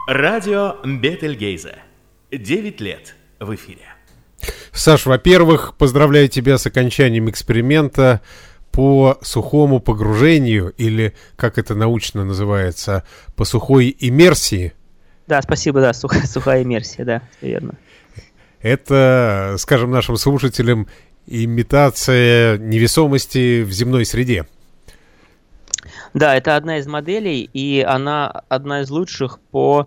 Радио Бетельгейзе. 9 лет в эфире. Саш, во-первых, поздравляю тебя с окончанием эксперимента по сухому погружению, или, как это научно называется, по сухой иммерсии. Да, спасибо, да, сухая иммерсия, да, верно. Это, скажем нашим слушателям, имитация невесомости в земной среде. Да, это одна из моделей, и она одна из лучших по,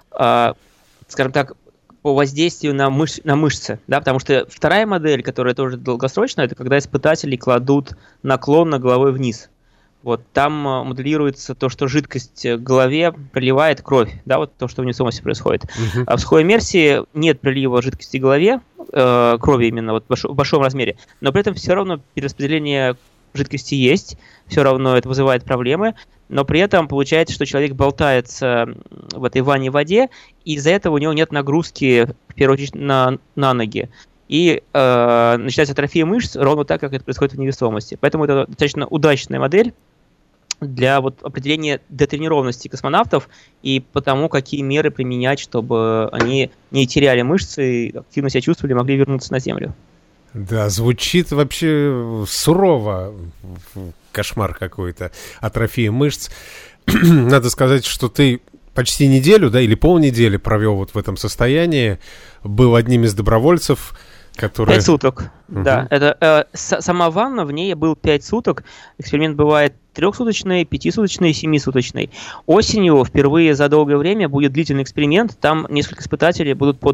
скажем так, по воздействию на мышцы, да, потому что вторая модель, которая тоже долгосрочная, это когда испытатели кладут наклонно головой вниз. Вот там моделируется то, что жидкость в голове приливает кровь, да, вот то, что в невесомости происходит. А в сухой иммерсии нет прилива жидкости в голове, крови именно вот в большом размере, но при этом все равно перераспределение жидкости есть, все равно это вызывает проблемы, но при этом получается, что человек болтается в этой ванне в воде, и из-за этого у него нет нагрузки, в первую очередь, на ноги. И начинается атрофия мышц ровно так, как это происходит в невесомости. Поэтому это достаточно удачная модель для вот определения детренированности космонавтов и потому, какие меры применять, чтобы они не теряли мышцы, активно себя чувствовали, могли вернуться на Землю. Да, звучит вообще сурово. Кошмар какой-то. Атрофия мышц. Надо сказать, что ты почти неделю, да, или полнедели провел вот в этом состоянии. Был одним из добровольцев, которые... 5 суток, да. Это сама ванна, в ней был 5 суток. Эксперимент бывает 3-суточный, 5-суточный, 7-суточный. Осенью впервые за долгое время будет длительный эксперимент. Там несколько испытателей будут по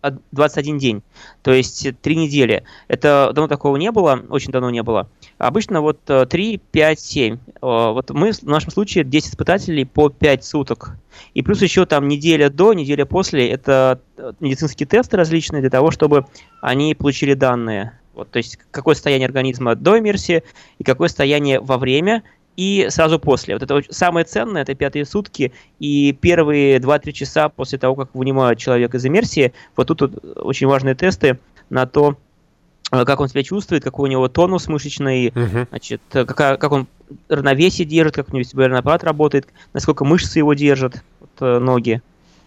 21 день, то есть 3 недели. Это давно такого не было, очень давно не было. Обычно вот 3, 5, 7. Вот мы в нашем случае 10 испытателей по 5 суток. И плюс еще там неделя до, неделя после. Это медицинские тесты различные для того, чтобы они получили данные. Вот, то есть какое состояние организма до иммерсии и какое состояние во время и сразу после. Вот это самое ценное, это 5-е сутки и первые 2-3 часа после того, как вынимают человека из иммерсии. Вот тут очень важные тесты на то, как он себя чувствует, какой у него тонус мышечный, значит, как он равновесие держит, как у него вестибулярный аппарат работает, насколько мышцы его держат, вот, ноги.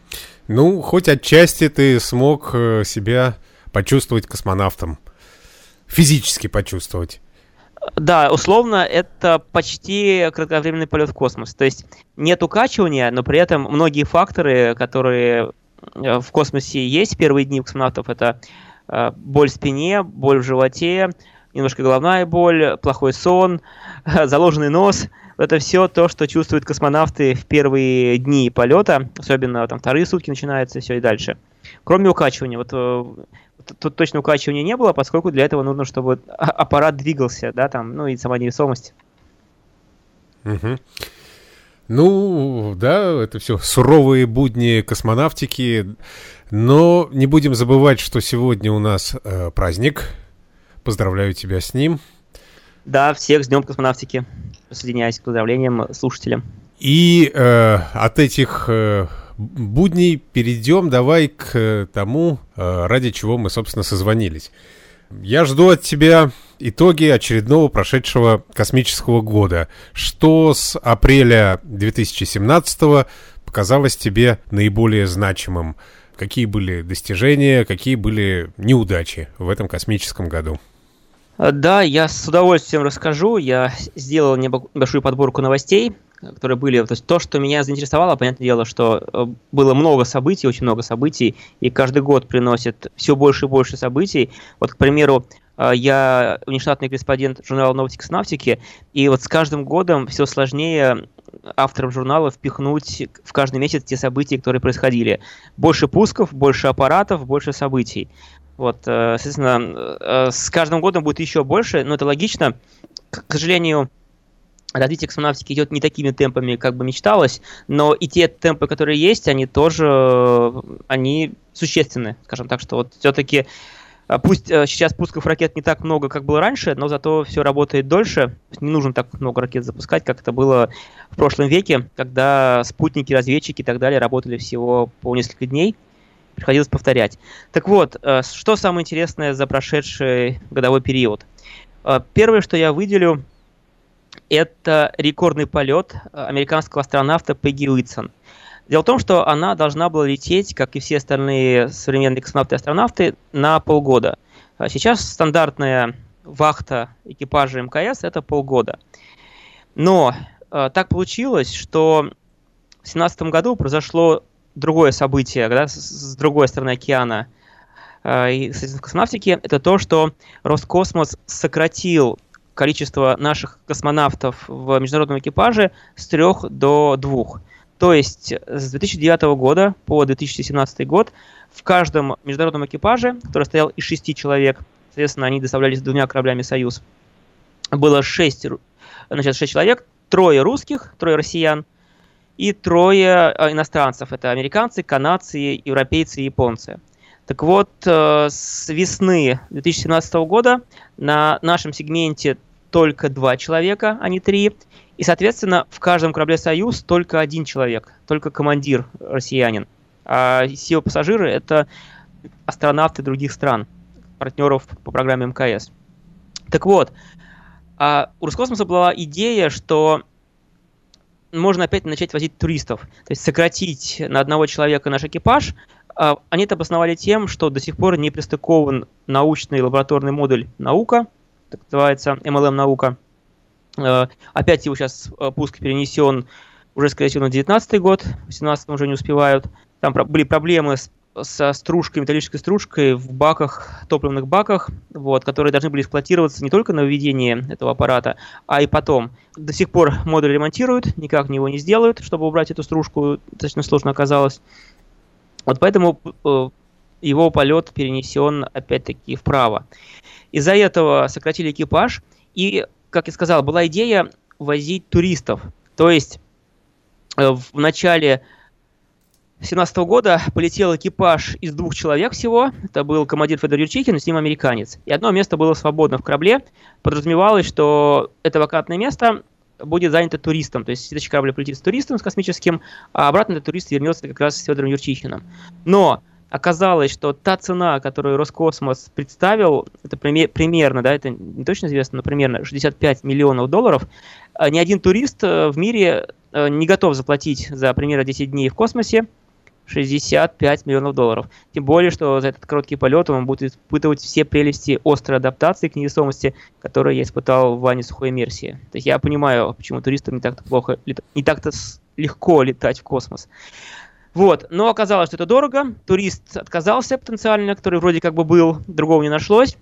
Ну, хоть отчасти ты смог себя почувствовать космонавтом. Физически почувствовать. Да, условно, это почти кратковременный полет в космос. То есть нет укачивания, но при этом многие факторы, которые в космосе есть в первые дни у космонавтов, это боль в спине, боль в животе, немножко головная боль, плохой сон, заложенный нос. Это все то, что чувствуют космонавты в первые дни полета, особенно там вторые сутки начинаются, все и дальше. Кроме укачивания. Вот тут точно укачивания не было, поскольку для этого нужно, чтобы аппарат двигался, да, там, ну и сама невесомость. Ну, да, это все суровые будни космонавтики, но не будем забывать, что сегодня у нас праздник. Поздравляю тебя с ним. Да, всех с Днем космонавтики. Присоединяюсь к поздравлениям слушателям. И от этих будней перейдем давай к тому, ради чего мы, собственно, созвонились. Я жду от тебя итоги очередного прошедшего космического года. Что с апреля 2017 показалось тебе наиболее значимым? Какие были достижения, какие были неудачи в этом космическом году? Да, я с удовольствием расскажу. Я сделал небольшую подборку новостей, которые были. То есть то, что меня заинтересовало, понятное дело, что было много событий, очень много событий, и каждый год приносит все больше и больше событий. Вот, к примеру, я внештатный корреспондент журнала «Новости космонавтики», и вот с каждым годом все сложнее авторам журнала впихнуть в каждый месяц те события, которые происходили. Больше пусков, больше аппаратов, больше событий. Вот, соответственно, с каждым годом будет еще больше, но это логично. К сожалению, развитие космонавтики идет не такими темпами, как бы мечталось, но и те темпы, которые есть, они тоже, они существенны, скажем так, что вот все-таки, пусть сейчас пусков ракет не так много, как было раньше, но зато все работает дольше, не нужно так много ракет запускать, как это было в прошлом веке, когда спутники, разведчики и так далее работали всего по несколько дней. Приходилось повторять. Так вот, что самое интересное за прошедший годовой период? Первое, что я выделю, это рекордный полет американского астронавта Пегги Уитсон. Дело в том, что она должна была лететь, как и все остальные современные космонавты и астронавты, на полгода. А сейчас стандартная вахта экипажа МКС – это полгода. Но так получилось, что в 2017 году произошло другое событие, да, с другой стороны океана и в космонавтике. Это то, что Роскосмос сократил количество наших космонавтов в международном экипаже с 3 до 2. То есть с 2009 года по 2017 год в каждом международном экипаже, который состоял из 6 человек, соответственно, они доставлялись 2 кораблями «Союз», было 6 человек, 3 русских, 3 россиян и 3 иностранцев. Это американцы, канадцы, европейцы и японцы. Так вот, с весны 2017 года на нашем сегменте только 2 человека, а не 3. И, соответственно, в каждом корабле «Союз» только 1 человек, только командир россиянин. А все пассажиры – это астронавты других стран, партнеров по программе МКС. Так вот, у Роскосмоса была идея, что можно опять начать возить туристов, то есть сократить на 1 человека наш экипаж. Они это обосновали тем, что до сих пор не пристыкован научный лабораторный модуль «Наука», так называется MLM-наука. Опять его сейчас пуск перенесен уже, скорее всего, на 2019 год, в 2018 уже не успевают. Там были проблемы со стружкой, металлической стружкой в баках, топливных баках, вот, которые должны были эксплуатироваться не только на введение этого аппарата, а и потом. До сих пор модуль ремонтируют, никак его не сделают, чтобы убрать эту стружку, достаточно сложно оказалось. Вот поэтому его полет перенесен опять-таки вправо. Из-за этого сократили экипаж, и, как я сказал, была идея возить туристов. То есть в начале 2017 года полетел экипаж из 2 человек всего. Это был командир Федор Юрчихин и с ним американец. И одно место было свободно в корабле. Подразумевалось, что это вакантное место будет занято туристом. То есть следующий корабль полетит с туристом, с космическим, а обратно этот турист вернется как раз с Федором Юрчихиным. Но оказалось, что та цена, которую Роскосмос представил, это примерно, да, это не точно известно, но примерно $65 миллионов. Ни один турист в мире не готов заплатить за примерно 10 дней в космосе $65 миллионов. Тем более, что за этот короткий полет он будет испытывать все прелести острой адаптации к невесомости, которые я испытал в ванне сухой иммерсии. То есть я понимаю, почему туристам не так-то легко летать в космос. Вот, но оказалось, что это дорого. Турист отказался потенциально, который вроде как бы был, другого не нашлось.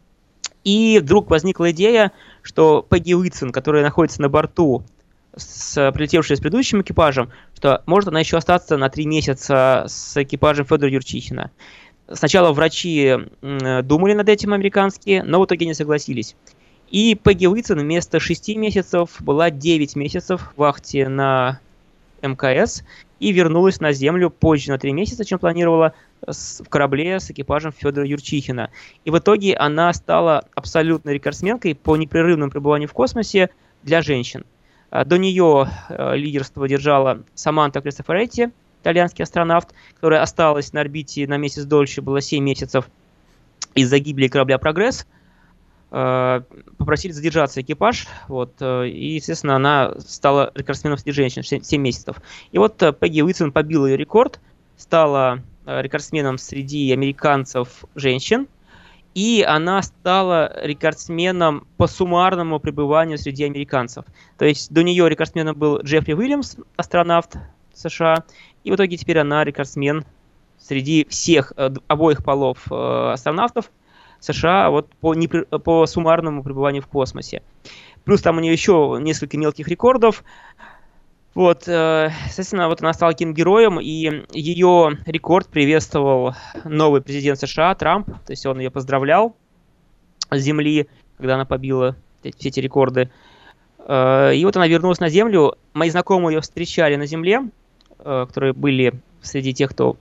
И вдруг возникла идея, что Пегги Уитсон, которая находится на борту, прилетевшая с предыдущим экипажем, что может она еще остаться на 3 месяца с экипажем Федора Юрчихина. Сначала врачи думали над этим американские, но в итоге не согласились. И Пегги Уитсон вместо 6 месяцев была 9 месяцев в вахте на МКС и вернулась на Землю позже на 3 месяца, чем планировала, в корабле с экипажем Федора Юрчихина. И в итоге она стала абсолютной рекордсменкой по непрерывному пребыванию в космосе для женщин. До нее лидерство держала Саманта Кристофоретти, итальянский астронавт, которая осталась на орбите на месяц дольше, было 7 месяцев из-за гибели корабля «Прогресс». Попросили задержаться экипаж, вот, и, естественно, она стала рекордсменом среди женщин, 7 месяцев. И вот Пегги Уитсон побила ее рекорд, стала рекордсменом среди американцев женщин, и она стала рекордсменом по суммарному пребыванию среди американцев. То есть до нее рекордсменом был Джеффри Уильямс, астронавт США, и в итоге теперь она рекордсмен среди всех обоих полов астронавтов США вот по суммарному пребыванию в космосе. Плюс там у нее еще несколько мелких рекордов. Вот, соответственно, вот она стала киногероем, и ее рекорд приветствовал новый президент США Трамп, то есть он ее поздравлял с Земли, когда она побила все эти рекорды. И вот она вернулась на Землю. Мои знакомые ее встречали на Земле, которые были среди тех, кто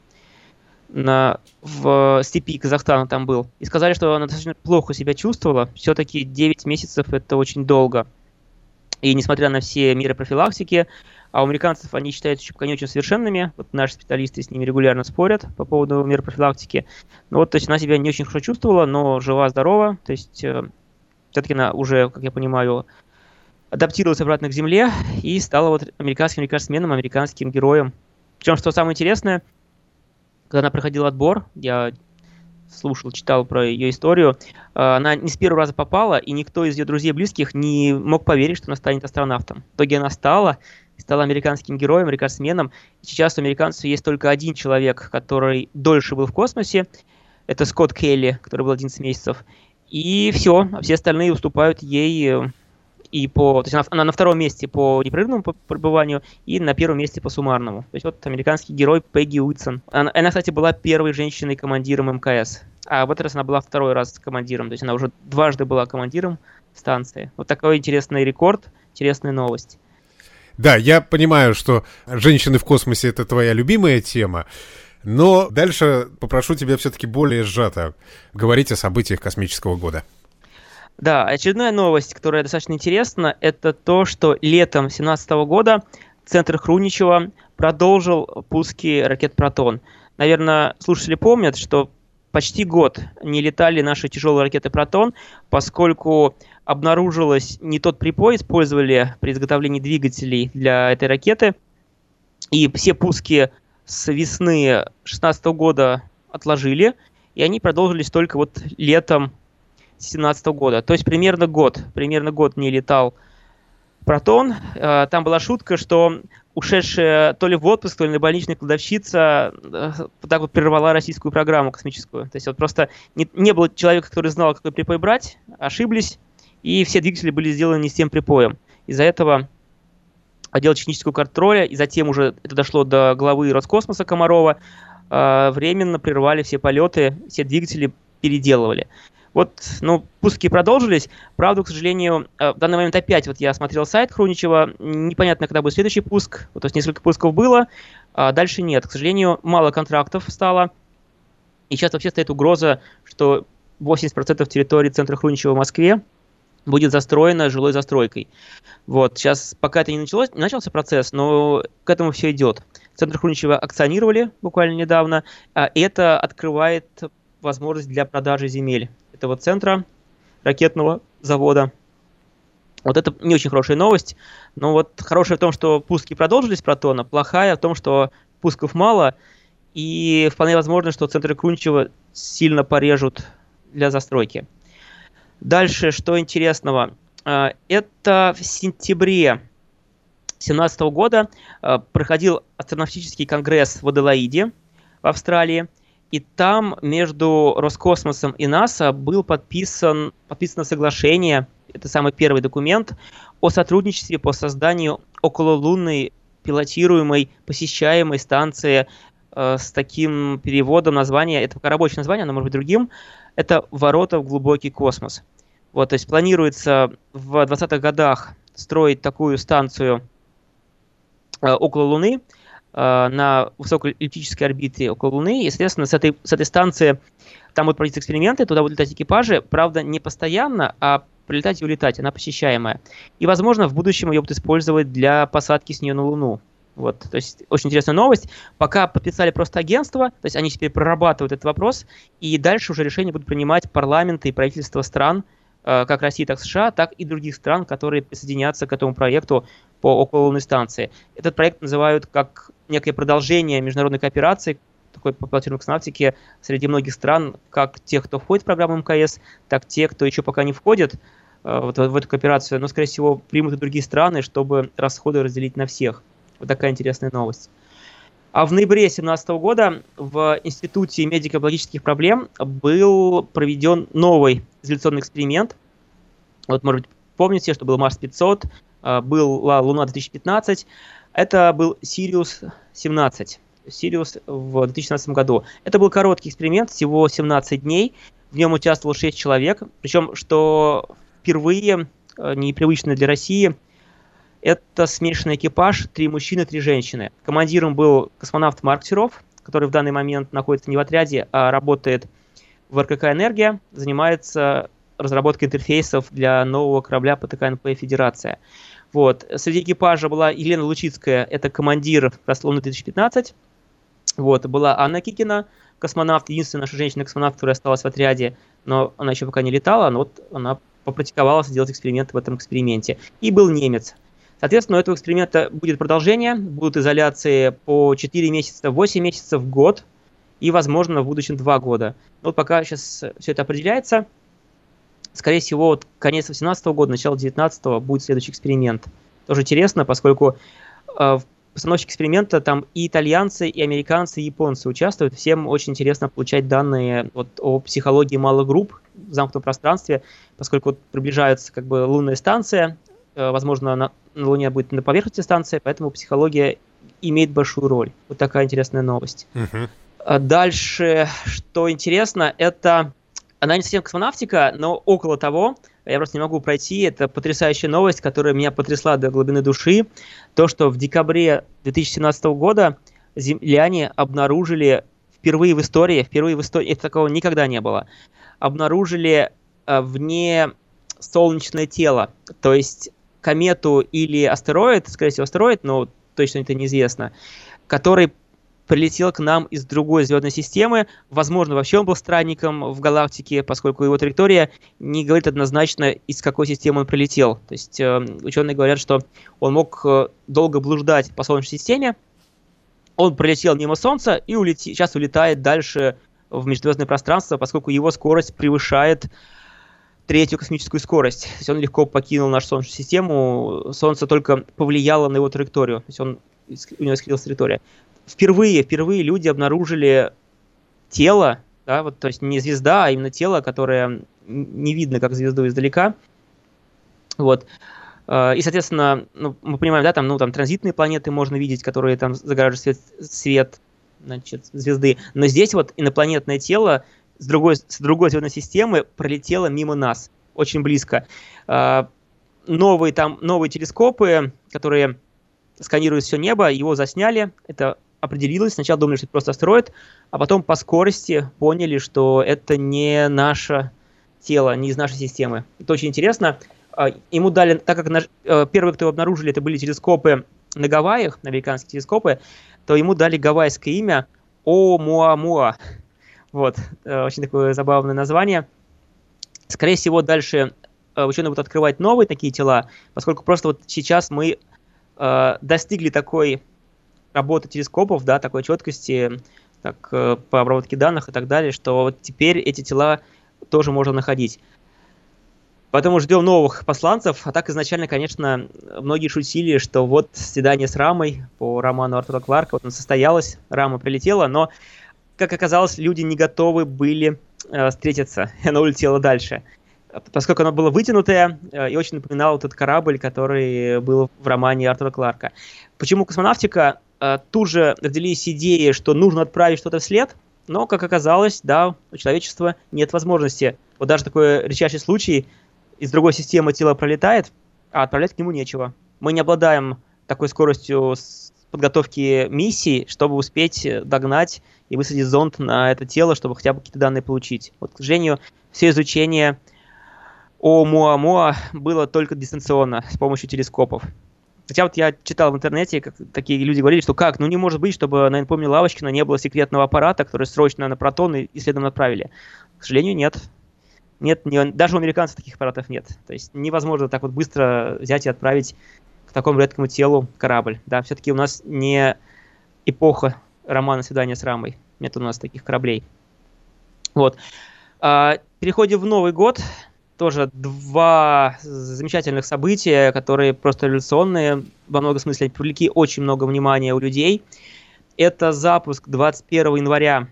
в степи Казахстана там был, и сказали, что она достаточно плохо себя чувствовала. Все-таки 9 месяцев это очень долго. И несмотря на все меры профилактики, а у американцев они считаются пока не очень совершенными. Вот наши специалисты с ними регулярно спорят по поводу мер профилактики. Ну вот, то есть она себя не очень хорошо чувствовала, но жива-здорова. То есть все-таки она уже, как я понимаю, адаптировалась обратно к Земле и стала вот американским рекордсменом, американским героем. Причем, что самое интересное, когда она проходила отбор, я слушал, читал про ее историю, она не с первого раза попала, и никто из ее друзей и близких не мог поверить, что она станет астронавтом. В итоге она стала американским героем, рекордсменом. И сейчас у американцев есть только один человек, который дольше был в космосе. Это Скотт Келли, который был 11 месяцев. И все остальные уступают ей то есть она на втором месте по непрерывному пребыванию и на первом месте по суммарному. То есть вот американский герой Пегги Уитсон. Она, кстати, была первой женщиной-командиром МКС. А в этот раз она была второй раз командиром. То есть она уже дважды была командиром станции. Вот такой интересный рекорд, интересная новость. Да, я понимаю, что женщины в космосе — это твоя любимая тема, но дальше попрошу тебя все-таки более сжато говорить о событиях космического года. Да, очередная новость, которая достаточно интересна, это то, что летом 2017 года Центр Хруничева продолжил пуски ракет «Протон». Наверное, слушатели помнят, что почти год не летали наши тяжелые ракеты «Протон», поскольку обнаружилось не тот припой использовали при изготовлении двигателей для этой ракеты, и все пуски с весны 2016 года отложили, и они продолжились только вот летом 2017 года. То есть примерно год не летал «Протон». Там была шутка, что ушедшая то ли в отпуск, то ли на больничный кладовщица так вот прервала российскую программу космическую. То есть вот просто не было человека, который знал, какой припой брать, ошиблись, и все двигатели были сделаны не с тем припоем. Из-за этого отдел технического контроля, и затем уже это дошло до главы Роскосмоса Комарова, временно прервали все полеты, все двигатели переделывали. Вот, пуски продолжились. Правда, к сожалению, в данный момент опять, вот я смотрел сайт Хруничева, непонятно, когда будет следующий пуск. Вот, то есть несколько пусков было, а дальше нет. К сожалению, мало контрактов стало. И сейчас вообще стоит угроза, что 80% территории центра Хруничева в Москве будет застроена жилой застройкой. Вот, сейчас пока это не начался процесс, но к этому все идет. Центр Хруничева акционировали буквально недавно, и это открывает возможность для продажи земель этого центра ракетного завода. Вот это не очень хорошая новость, но вот хорошая в том, что пуски продолжились «Протона», плохая в том, что пусков мало, и вполне возможно, что центры Хруничева сильно порежут для застройки. Дальше, что интересного, это в сентябре 2017 года проходил астронавтический конгресс в Аделаиде в Австралии, и там между Роскосмосом и НАСА было подписано соглашение, это самый первый документ, о сотрудничестве по созданию окололунной пилотируемой посещаемой станции с таким переводом названия, это пока рабочее название, оно может быть другим, это «Ворота в глубокий космос». Вот, то есть планируется в 20-х годах строить такую станцию около Луны, на высокой эллиптической орбите около Луны. Естественно, с этой станции там будут проводиться эксперименты, туда будут летать экипажи, правда, не постоянно, а прилетать и улетать, она посещаемая. И, возможно, в будущем ее будут использовать для посадки с нее на Луну. Вот, то есть очень интересная новость. Пока подписали просто агентство, то есть они теперь прорабатывают этот вопрос, и дальше уже решения будут принимать парламенты и правительства стран, как России, так и США, так и других стран, которые присоединятся к этому проекту по окололунной станции. Этот проект называют как некое продолжение международной кооперации, такой по пилотируемой космонавтике среди многих стран, как тех, кто входит в программу МКС, так те, кто еще пока не входит в эту кооперацию, но, скорее всего, примут и другие страны, чтобы расходы разделить на всех. Вот такая интересная новость. А в ноябре 2017 года в Институте медико-биологических проблем был проведен новый изоляционный эксперимент. Вот, может быть, помните, что был Марс-500, была Луна-2015. Это был Сириус-17. Сириус в 2017 году. Это был короткий эксперимент, всего 17 дней. В нем участвовало 6 человек. Причем, что впервые, непривычно для России, это смешанный экипаж, 3 мужчины, 3 женщины. Командиром был космонавт Марк Серов, который в данный момент находится не в отряде, а работает в РКК «Энергия», занимается разработкой интерфейсов для нового корабля ПТКНП «Федерация». Вот. Среди экипажа была Елена Лучицкая, это командир Луны-2015. Вот. Была Анна Кикина, космонавт, единственная наша женщина-космонавт, которая осталась в отряде, но она еще пока не летала, но вот она попрактиковалась делать эксперименты в этом эксперименте. И был немец. Соответственно, у этого эксперимента будет продолжение, будут изоляции по 4 месяца, 8 месяцев, год и, возможно, в будущем 2 года. Но вот пока сейчас все это определяется, скорее всего, вот конец 2018 года, начало 2019 будет следующий эксперимент. Тоже интересно, поскольку в постановке эксперимента там и итальянцы, и американцы, и японцы участвуют. Всем очень интересно получать данные вот о психологии малых групп в замкнутом пространстве, поскольку вот приближается как бы лунная станция, возможно, на Луне будет на поверхности станция, поэтому психология имеет большую роль. Вот такая интересная новость. Дальше, что интересно, это, она не совсем космонавтика, но около того. Я просто не могу пройти. Это потрясающая новость, которая меня потрясла до глубины души. То, что в декабре 2017 года земляне обнаружили впервые в истории, это такого никогда не было, обнаружили внесолнечное тело, то есть комету или астероид, скорее всего астероид, но точно это неизвестно, который прилетел к нам из другой звездной системы. Возможно, вообще он был странником в галактике, поскольку его траектория не говорит однозначно, из какой системы он прилетел. То есть ученые говорят, что он мог долго блуждать по Солнечной системе, он пролетел мимо Солнца и сейчас улетает дальше в межзвездное пространство, поскольку его скорость превышает третью космическую скорость. То есть он легко покинул нашу Солнечную систему, Солнце только повлияло на его траекторию, то есть у него скрылась траектория. Впервые люди обнаружили тело, да, вот, то есть не звезда, а именно тело, которое не видно как звезду издалека. Вот. И, соответственно, мы понимаем, да, там транзитные планеты можно видеть, которые там загораживают свет значит, звезды. Но здесь вот инопланетное тело с другой звездной системы пролетело мимо нас, очень близко. Новые телескопы, которые сканируют все небо, его засняли, это определилось. Сначала думали, что это просто астероид, а потом по скорости поняли, что это не наше тело, не из нашей системы. Это очень интересно. Ему дали, так как первые, кто его обнаружили, это были телескопы на Гавайях, американские телескопы, то ему дали гавайское имя Оumuamua. Вот, очень такое забавное название. Скорее всего, дальше ученые будут открывать новые такие тела, поскольку просто вот сейчас мы достигли такой работы телескопов, да, такой четкости по обработке данных и так далее, что вот теперь эти тела тоже можно находить. Поэтому ждем новых посланцев. А так изначально, конечно, многие шутили, что вот свидание с Рамой по роману Артура Кларка, вот оно состоялось, Рама прилетела, но, как оказалось, люди не готовы были встретиться, и она улетела дальше. Поскольку оно было вытянутое и очень напоминало тот корабль, который был в романе Артура Кларка. Почему космонавтика? Тут же родились идеи, что нужно отправить что-то вслед, но, как оказалось, да, у человечества нет возможности. Вот даже такой редчайший случай, из другой системы тело пролетает, а отправлять к нему нечего. Мы не обладаем такой скоростью подготовки миссий, чтобы успеть догнать и высадить зонд на это тело, чтобы хотя бы какие-то данные получить. Вот, к сожалению, все изучение Оumuamua было только дистанционно, с помощью телескопов. Хотя вот я читал в интернете, как такие люди говорили, что не может быть, чтобы на Инпомне Лавочкина не было секретного аппарата, который срочно на протоны и следом отправили. К сожалению, нет. Даже у американцев таких аппаратов нет. То есть невозможно так вот быстро взять и отправить к такому редкому телу корабль. Да, все-таки у нас не эпоха романа «Свидание с Рамой». Нет у нас таких кораблей. Вот. Переходим в Новый год. Тоже два замечательных события, которые просто революционные, во многом смысле привлекли очень много внимания у людей. Это запуск 21 января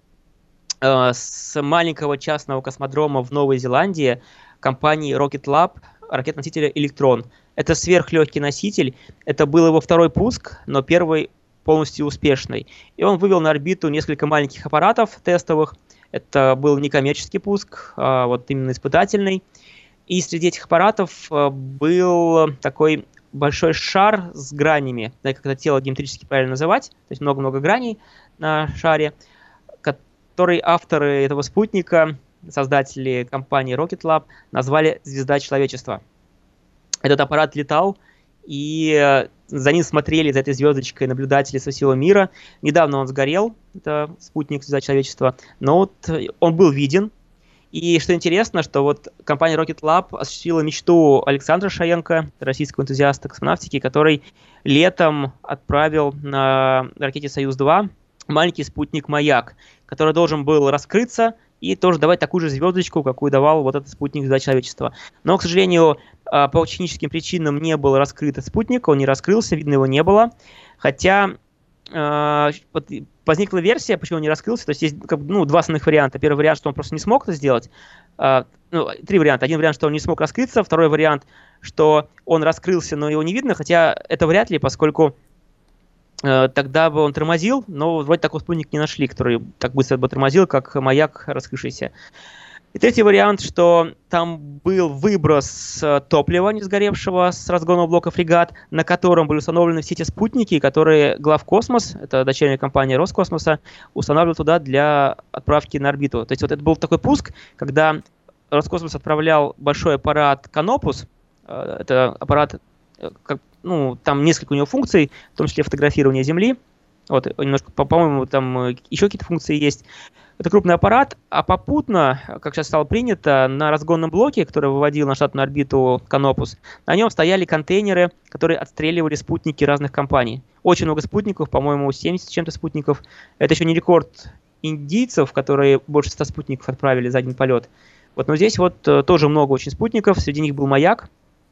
с маленького частного космодрома в Новой Зеландии компании Rocket Lab ракет-носителя Electron. Это сверхлегкий носитель, это был его второй пуск, но первый полностью успешный. И он вывел на орбиту несколько маленьких аппаратов тестовых. Это был не коммерческий пуск, а вот именно испытательный. И среди этих аппаратов был такой большой шар с гранями, да, как это тело геометрически правильно называть, то есть много-много граней на шаре, который авторы этого спутника, создатели компании Rocket Lab, назвали «Звезда человечества». Этот аппарат летал, и за ним смотрели, за этой звездочкой, наблюдатели со всего мира. Недавно он сгорел, это спутник «Звезда человечества», но вот он был виден, И что интересно, что вот компания Rocket Lab осуществила мечту Александра Шаенко, российского энтузиаста космонавтики, который летом отправил на ракете «Союз-2» маленький спутник «Маяк», который должен был раскрыться и тоже давать такую же звездочку, какую давал вот этот спутник для человечества. Но, к сожалению, по техническим причинам не был раскрыт этот спутник, он не раскрылся, видно его не было. Хотя возникла версия, почему он не раскрылся. То есть есть два основных варианта. Первый вариант, что он просто не смог это сделать. Три варианта. Один вариант, что он не смог раскрыться. Второй вариант, что он раскрылся, но его не видно. Хотя это вряд ли, поскольку тогда бы он тормозил, но вроде такого спутника не нашли, который так быстро бы тормозил, как «Маяк» раскрывшийся. И третий вариант, что там был выброс топлива не сгоревшего с разгонного блока «Фрегат», на котором были установлены все те спутники, которые Главкосмос, это дочерняя компания Роскосмоса, устанавливал туда для отправки на орбиту. То есть вот это был такой пуск, когда Роскосмос отправлял большой аппарат «Канопус», это аппарат, там несколько у него функций, в том числе фотографирование Земли. Вот, немножко, по-моему, там еще какие-то функции есть. Это крупный аппарат, а попутно, как сейчас стало принято, на разгонном блоке, который выводил на штатную орбиту Канопус, на нем стояли контейнеры, которые отстреливали спутники разных компаний. Очень много спутников, по-моему, 70 с чем-то спутников. Это еще не рекорд индийцев, которые больше 100 спутников отправили за один полет. Вот, но здесь вот тоже много очень спутников, среди них был «Маяк»,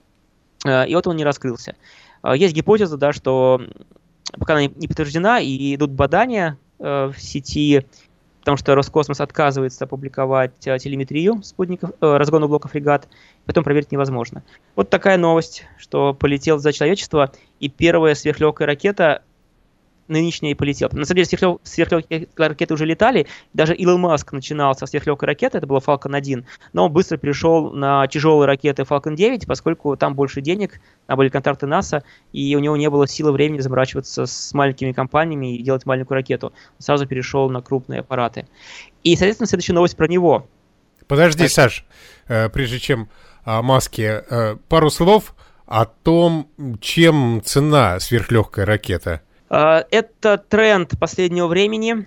и вот он не раскрылся. Есть гипотеза, да, что пока она не подтверждена, и идут бадания в сети, потому что Роскосмос отказывается опубликовать телеметрию спутников, разгонного блока «Фрегат», потом проверить невозможно. Вот такая новость, что полетел за человечество, и первая сверхлегкая ракета нынешняя и полетела. На самом деле сверхлегкие ракеты уже летали, даже Илон Маск начинал со сверхлегкой ракеты, это была Falcon 1, но он быстро перешел на тяжелые ракеты Falcon 9, поскольку там больше денег, там были контракты НАСА, и у него не было силы времени заморачиваться с маленькими компаниями и делать маленькую ракету. Он сразу перешел на крупные аппараты. И, соответственно, следующая новость про него. Подожди, Саш, прежде чем о Маске, пару слов о том, чем цена сверхлегкая ракета. Это тренд последнего времени.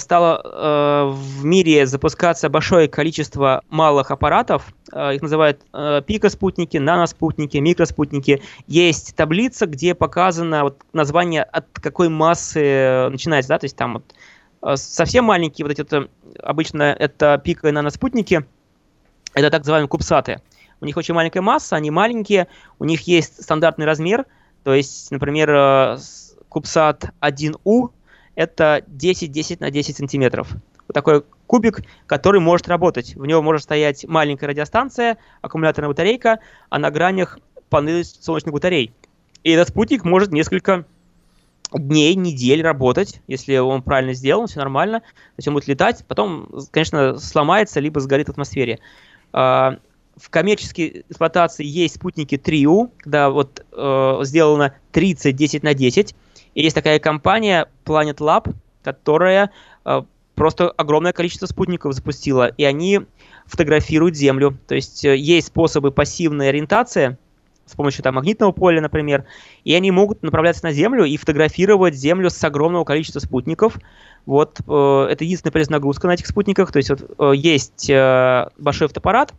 Стало в мире запускаться большое количество малых аппаратов. Их называют пикоспутники, наноспутники, микроспутники. Есть таблица, где показано вот название, от какой массы начинается. Да? То есть там вот совсем маленькие, вот эти вот, обычно это пика и наноспутники. Это так называемые кубсаты. У них очень маленькая масса, они маленькие. У них есть стандартный размер. То есть, например, CubeSat 1U – это 10 на 10 сантиметров. Вот такой кубик, который может работать. В него может стоять маленькая радиостанция, аккумуляторная батарейка, а на гранях панели солнечных батарей. И этот спутник может несколько дней, недель работать, если он правильно сделан, все нормально. То есть он будет летать, потом, конечно, сломается, либо сгорит в атмосфере. В коммерческой эксплуатации есть спутники TRIO, когда вот сделано 30 10 на 10. И есть такая компания Planet Lab, которая просто огромное количество спутников запустила, и они фотографируют Землю. То есть есть способы пассивной ориентации с помощью магнитного поля, например, и они могут направляться на Землю и фотографировать Землю с огромного количества спутников. Вот это единственная полезная нагрузка на этих спутниках. То есть вот, есть большой фотоаппарат,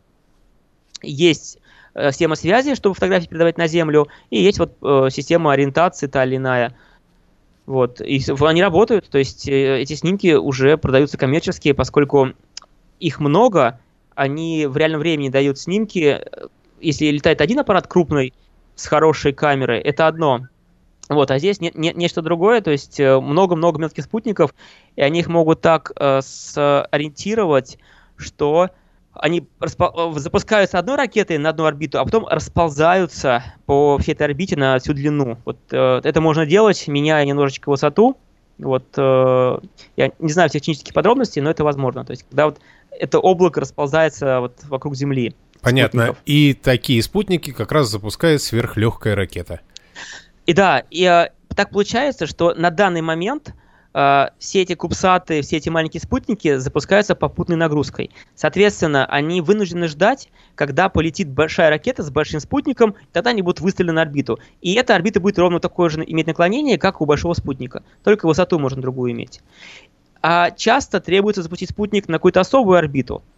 есть система связи, чтобы фотографии передавать на Землю, и есть вот система ориентации та или иная. Вот. И они работают, то есть эти снимки уже продаются коммерческие, поскольку их много, они в реальном времени дают снимки. Если летает один аппарат крупный с хорошей камерой, это одно. Вот, а здесь нечто другое, то есть много-много мелких спутников, и они их могут так сориентировать, что они запускаются одной ракетой на одну орбиту, а потом расползаются по всей этой орбите на всю длину. Вот, это можно делать, меняя немножечко высоту. Вот, я не знаю всех технических подробностей, но это возможно. То есть, когда вот это облако расползается вот вокруг Земли. Понятно. Спутников. И такие спутники как раз запускает сверхлегкая ракета. И да, и так получается, что на данный момент все эти кубсаты, все эти маленькие спутники запускаются попутной нагрузкой. Соответственно, они вынуждены ждать, когда полетит большая ракета с большим спутником, тогда они будут выставлены на орбиту. И эта орбита будет ровно такое же иметь наклонение, как у большого спутника. Только высоту можно другую иметь. А часто требуется запустить спутник на какую-то особую орбиту.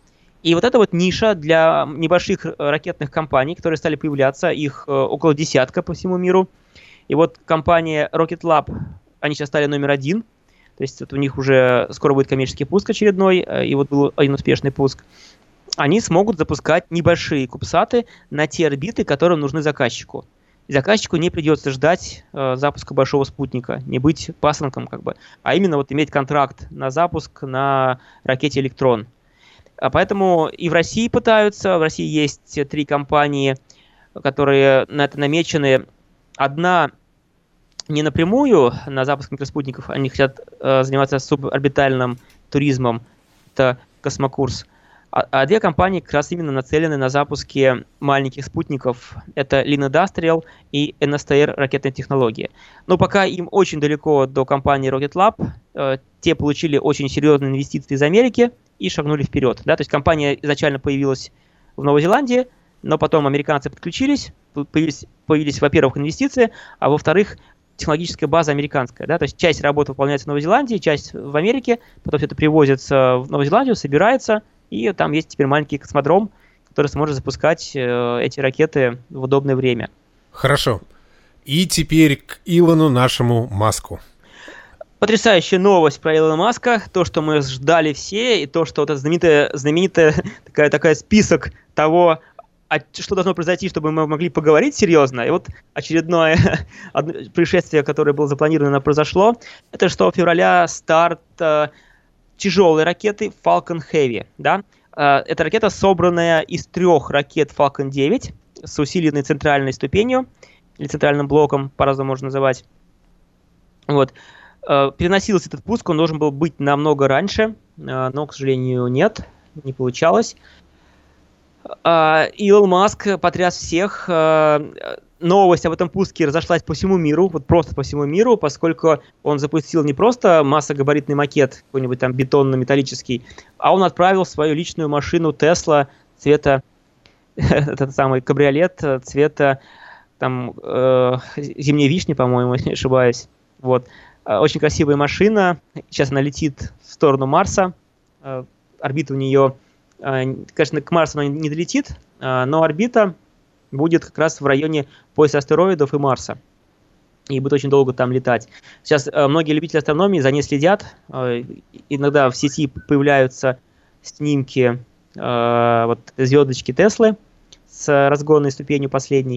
И вот эта вот ниша для небольших ракетных компаний, которые стали появляться, их около десятка по всему миру. И вот компания Rocket Lab, они сейчас стали номер 1. То есть вот у них уже скоро будет коммерческий пуск очередной, и вот был один успешный пуск. Они смогут запускать небольшие кубсаты на те орбиты, которые нужны заказчику. И заказчику не придется ждать запуска большого спутника, не быть пасынком, как бы, а именно вот иметь контракт на запуск на ракете «Электрон». Поэтому и в России пытаются. В России есть 3 компании, которые на это намечены. Одна не напрямую на запуск микроспутников, они хотят заниматься суборбитальным туризмом, это Космокурс. А 2 компании как раз именно нацелены на запуске маленьких спутников. Это Lean Industrial и NSTR ракетные технологии. Но пока им очень далеко до компании Rocket Lab. Те получили очень серьезные инвестиции из Америки и шагнули вперед. Да? То есть компания изначально появилась в Новой Зеландии, но потом американцы подключились, появились, во-первых, инвестиции, а во-вторых, технологическая база американская. Да? То есть часть работы выполняется в Новой Зеландии, часть в Америке, потом все это привозится в Новую Зеландию, собирается, и там есть теперь маленький космодром, который сможет запускать эти ракеты в удобное время. Хорошо. И теперь к Илону нашему Маску. Потрясающая новость про Илона Маска. То, что мы ждали все, и то, что вот это знаменитая такая список того, что должно произойти, чтобы мы могли поговорить серьезно. И вот очередное происшествие, которое было запланировано, произошло. Это 6 февраля старт тяжелой ракеты Falcon Heavy. Да? Эта ракета, собранная из 3 ракет Falcon 9 с усиленной центральной ступенью, или центральным блоком, по-разному можно называть. Вот. Переносился этот пуск, он должен был быть намного раньше, но, к сожалению, нет, не получалось. Илон Маск потряс всех. Новость об этом пуске разошлась по всему миру, вот просто по всему миру, поскольку он запустил не просто массогабаритный макет, какой-нибудь там бетонно-металлический, а он отправил свою личную машину Tesla цвета, этот самый кабриолет цвета там зимней вишни, по-моему, если не ошибаюсь. Вот. Очень красивая машина. Сейчас она летит в сторону Марса. Орбита у нее, конечно, к Марсу она не долетит, но орбита будет как раз в районе пояса астероидов и Марса. И будет очень долго там летать. Сейчас многие любители астрономии за ней следят. Иногда в сети появляются снимки вот звездочки Теслы с разгонной ступенью последней.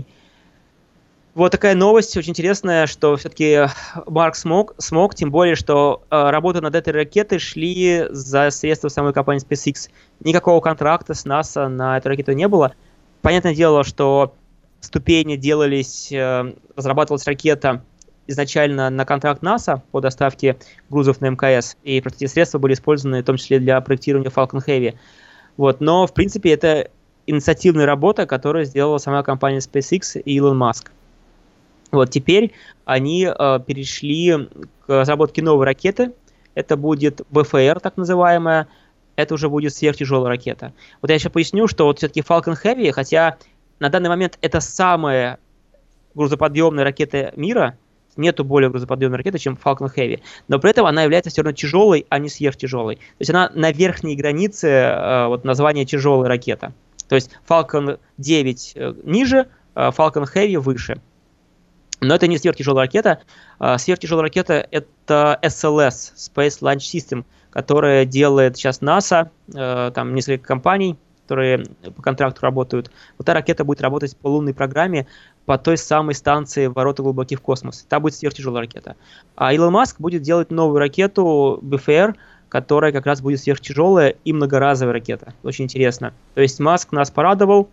Вот такая новость очень интересная, что все-таки Марк смог, тем более, что работы над этой ракетой шли за средства самой компании SpaceX. Никакого контракта с НАСА на эту ракету не было. Понятное дело, что ступени делались, разрабатывалась ракета изначально на контракт НАСА по доставке грузов на МКС, и просто эти средства были использованы в том числе для проектирования Falcon Heavy. Вот. Но, в принципе, это инициативная работа, которую сделала сама компания SpaceX и Илон Маск. Вот теперь они перешли к разработке новой ракеты. Это будет БФР, так называемая. Это уже будет сверхтяжелая ракета. Вот я еще поясню, что вот все-таки Falcon Heavy, хотя на данный момент это самая грузоподъемная ракета мира, нету более грузоподъемной ракеты, чем Falcon Heavy, но при этом она является все равно тяжелой, а не сверхтяжелой. То есть она на верхней границе вот названия тяжелая ракета. То есть Falcon 9 ниже, Falcon Heavy выше. Но это не сверхтяжелая ракета. Сверхтяжелая ракета — это SLS, Space Launch System, которая делает сейчас НАСА, там несколько компаний, которые по контракту работают. Вот эта ракета будет работать по лунной программе по той самой станции «Ворота глубоких в космос». Та будет сверхтяжелая ракета. А Илон Маск будет делать новую ракету БФР, которая как раз будет сверхтяжелая и многоразовая ракета. Очень интересно. То есть Маск нас порадовал.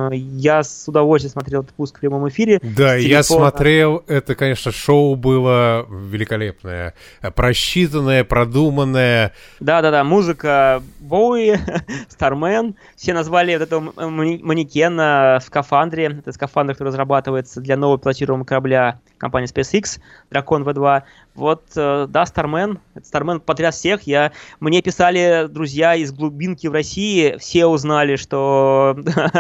Я с удовольствием смотрел этот пуск в прямом эфире. Да, я смотрел. Это, конечно, шоу было великолепное. Просчитанное, продуманное. Да-да-да, музыка Боуи, Стармен. Все назвали вот этого манекена в скафандре. Это скафандр, который разрабатывается для нового пилотируемого корабля компании SpaceX, Дракон В2. Вот, да, Стармен. Стармен потряс всех. Мне писали друзья из глубинки в России. Все узнали, что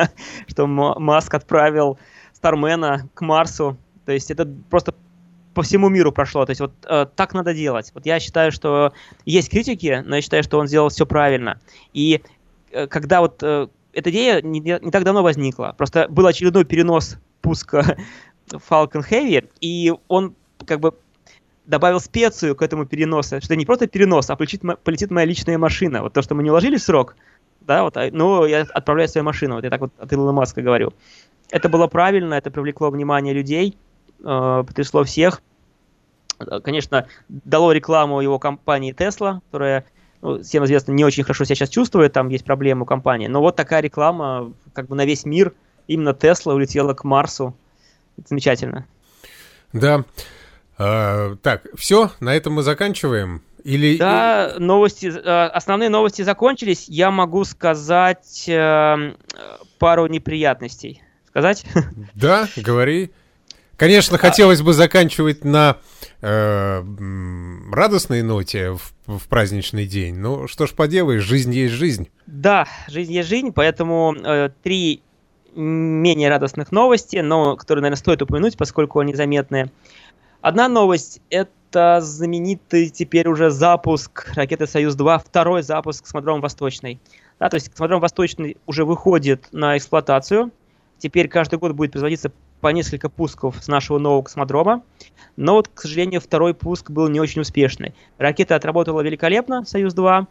Маск отправил Стармена к Марсу. То есть это просто по всему миру прошло. То есть вот так надо делать. Вот я считаю, что есть критики, но я считаю, что он сделал все правильно. И когда вот эта идея не так давно возникла. Просто был очередной перенос пуска Falcon Heavy, и он как бы добавил специю к этому переносу, что это не просто перенос, а полетит моя личная машина. Вот то, что мы не уложили в срок, да, вот, но я отправляю свою машину. Вот я так вот от Илона Маска говорю. Это было правильно, это привлекло внимание людей, потрясло всех. Конечно, дало рекламу его компании Tesla, которая, всем известно, не очень хорошо себя сейчас чувствует, там есть проблемы у компании. Но вот такая реклама как бы на весь мир. Именно Tesla улетела к Марсу. Это замечательно. Да. Так, все, на этом мы заканчиваем? Или... Да, основные новости закончились. Я могу сказать пару неприятностей. Сказать? Да, говори. Конечно, хотелось бы заканчивать на радостной ноте в праздничный день. Ну, что ж поделаешь, жизнь есть жизнь. Да, жизнь есть жизнь, поэтому 3 менее радостных новости, но которые, наверное, стоит упомянуть, поскольку они заметные. Одна новость – это знаменитый теперь уже запуск ракеты «Союз-2», второй запуск космодрома «Восточный». Да, то есть космодром «Восточный» уже выходит на эксплуатацию. Теперь каждый год будет производиться по несколько пусков с нашего нового космодрома. Но вот, к сожалению, второй пуск был не очень успешный. Ракета отработала великолепно, «Союз-2»,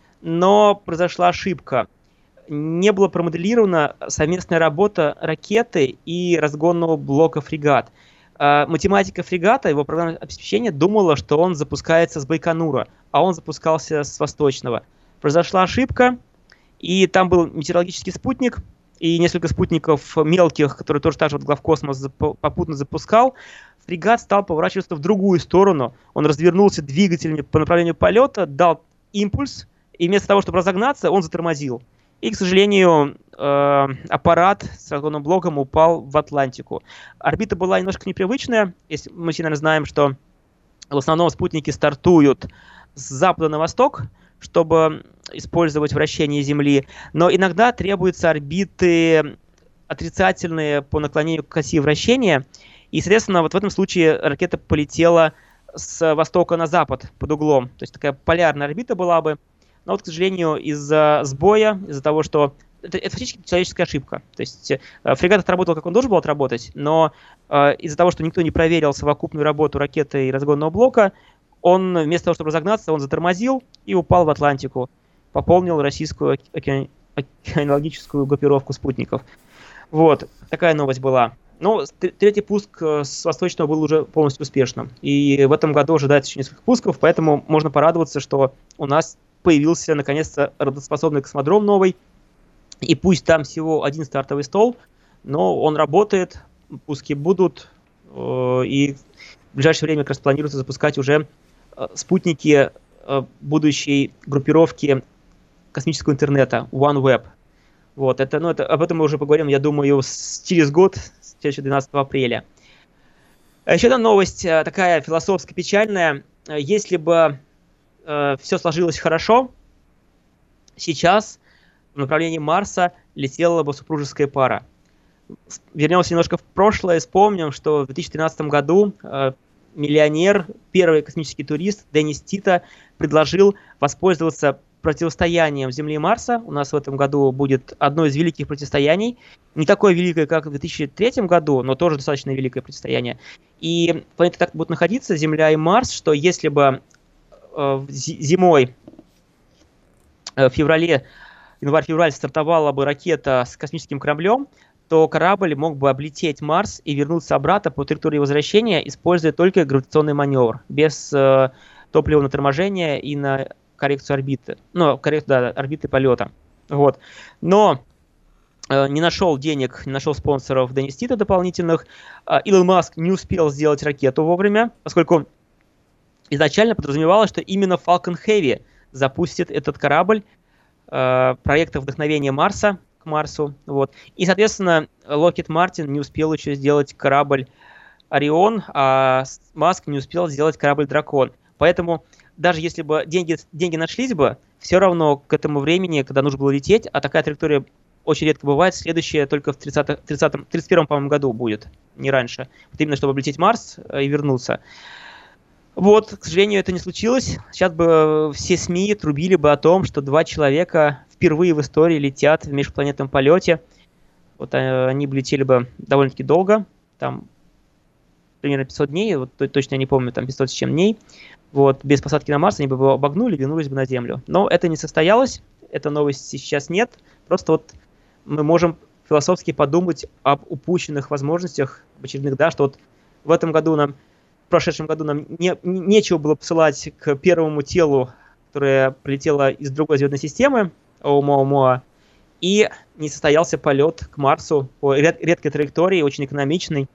но произошла ошибка. Не была промоделирована совместная работа ракеты и разгонного блока «Фрегат». Математика фрегата, его программное обеспечение думала, что он запускается с Байконура, а он запускался с Восточного. Произошла ошибка, и там был метеорологический спутник, и несколько спутников мелких, которые тоже так же главкосмос попутно запускал. Фрегат стал поворачиваться в другую сторону, он развернулся двигателями по направлению полета, дал импульс, и вместо того, чтобы разогнаться, он затормозил. И, к сожалению, аппарат с разгонным блоком упал в Атлантику. Орбита была немножко непривычная. Если мы все, наверное, знаем, что в основном спутники стартуют с запада на восток, чтобы использовать вращение Земли. Но иногда требуются орбиты отрицательные по наклонению к оси вращения. И, соответственно, вот в этом случае ракета полетела с востока на запад под углом. То есть такая полярная орбита была бы. Но вот, к сожалению, из-за сбоя, из-за того, что... Это фактически человеческая ошибка. То есть фрегат отработал, как он должен был отработать, но из-за того, что никто не проверил совокупную работу ракеты и разгонного блока, он вместо того, чтобы разогнаться, он затормозил и упал в Атлантику. Пополнил российскую океанологическую группировку спутников. Вот, такая новость была. Но третий пуск с Восточного был уже полностью успешным. И в этом году ожидается еще несколько пусков, поэтому можно порадоваться, что у нас появился, наконец-то, работоспособный космодром новый. И пусть там всего один стартовый стол, но он работает, пуски будут. И в ближайшее время как раз планируется запускать уже спутники будущей группировки космического интернета OneWeb. Вот, об этом мы уже поговорим, я думаю, через год, следующего 12 апреля. Еще одна новость, такая философско-печальная. Если бы все сложилось хорошо, сейчас в направлении Марса летела бы супружеская пара. Вернемся немножко в прошлое и вспомним, что в 2013 году миллионер, первый космический турист Деннис Тита предложил воспользоваться противостоянием Земли и Марса. У нас в этом году будет одно из великих противостояний. Не такое великое, как в 2003 году, но тоже достаточно великое противостояние. И планеты так будут находиться, Земля и Марс, что если бы зимой, в январь-февраль стартовала бы ракета с космическим кораблем, то корабль мог бы облететь Марс и вернуться обратно по траектории возвращения, используя только гравитационный маневр, без топливного торможения и на коррекцию орбиты. Орбиты полета. Вот. Но не нашел денег, не нашел спонсоров Деннис Тита дополнительных. Илон Маск не успел сделать ракету вовремя, поскольку изначально подразумевалось, что именно Falcon Heavy запустит этот корабль проекта вдохновения Марса к Марсу. Вот. И, соответственно, Lockheed Martin не успел еще сделать корабль Орион, а Маск не успел сделать корабль Дракон. Поэтому даже если бы деньги нашлись бы, все равно к этому времени, когда нужно было лететь, а такая траектория очень редко бывает, следующая только в 31, по-моему, году будет, не раньше. Вот именно, чтобы облететь Марс и вернуться. Вот, к сожалению, это не случилось. Сейчас бы все СМИ трубили бы о том, что 2 человека впервые в истории летят в межпланетном полете. Вот они бы летели бы довольно-таки долго, там примерно 500 дней, вот точно я не помню, там 500 с чем дней. Вот, без посадки на Марс они бы его обогнули и вернулись бы на Землю. Но это не состоялось, этой новости сейчас нет. Просто вот мы можем философски подумать об упущенных возможностях очередных, да, что вот в этом году в прошедшем году нам нечего было посылать к первому телу, которое прилетело из другой звездной системы, Оumuamua, и не состоялся полет к Марсу по редкой траектории, очень экономичный.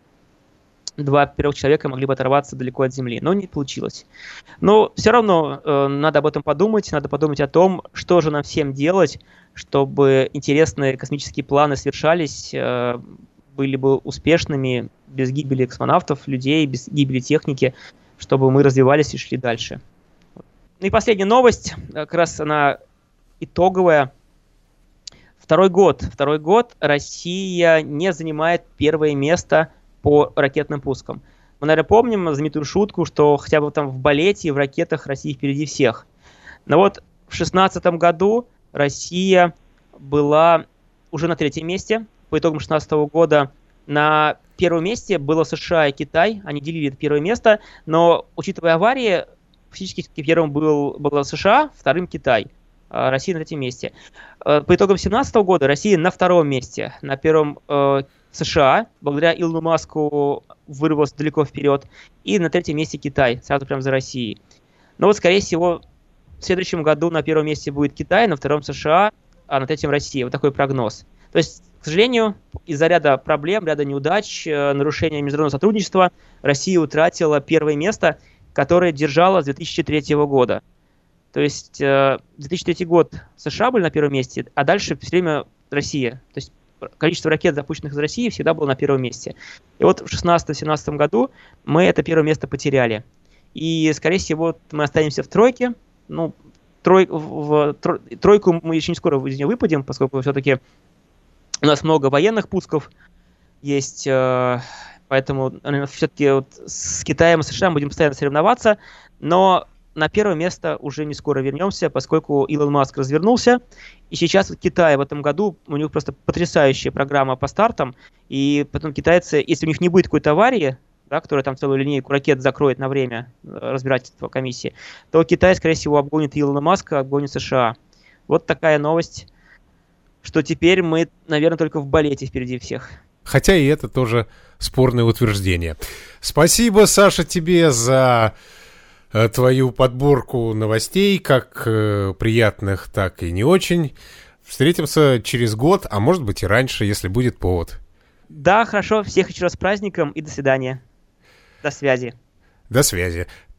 2 первых человека могли бы оторваться далеко от Земли, но не получилось. Но все равно надо об этом подумать, надо подумать о том, что же нам всем делать, чтобы интересные космические планы совершались, были бы успешными, без гибели космонавтов, людей, без гибели техники, чтобы мы развивались и шли дальше. Ну и последняя новость, как раз она итоговая. Второй год Россия не занимает первое место по ракетным пускам. Мы, наверное, помним знаменитую шутку, что хотя бы там в балете и в ракетах Россия впереди всех. Но вот в 2016 году Россия была уже на 3-м месте. По итогам 2016 года на 1-м месте было США и Китай. Они делили это 1-е место, но, учитывая аварии, фактически первым было США, 2-м Китай. А Россия на 3-м месте. По итогам 2017 года Россия на 2-м месте. На 1-м США, благодаря Илону Маску, вырвался далеко вперед. И на 3-м месте Китай, сразу прям за Россией. Но вот, скорее всего, в следующем году на 1-м месте будет Китай, на 2-м США, а на 3-м Россия. Вот такой прогноз. То есть, к сожалению, из-за ряда проблем, ряда неудач, нарушения международного сотрудничества, Россия утратила 1-е место, которое держала с 2003 года. То есть, 2003 год США были на 1-м месте, а дальше все время Россия. То есть, количество ракет, запущенных из России, всегда было на 1-м месте. И вот в 2016-2017 году мы это 1-е место потеряли. И, скорее всего, мы останемся в тройке. Ну, тройку мы еще не скоро из нее выпадем, поскольку все-таки у нас много военных пусков есть. Поэтому все-таки вот с Китаем и США мы будем постоянно соревноваться. Но на 1-е место уже не скоро вернемся, поскольку Илон Маск развернулся. И сейчас Китай в этом году, у них просто потрясающая программа по стартам. И потом китайцы, если у них не будет какой-то аварии, да, которая там целую линейку ракет закроет на время разбирательства комиссии, то Китай, скорее всего, обгонит Илона Маска, обгонит США. Вот такая новость, что теперь мы, наверное, только в балете впереди всех. Хотя и это тоже спорное утверждение. Спасибо, Саша, тебе за твою подборку новостей, как приятных, так и не очень. Встретимся через год, а может быть и раньше, если будет повод. Да, хорошо. Всех еще раз с праздником и до свидания. До связи. До связи.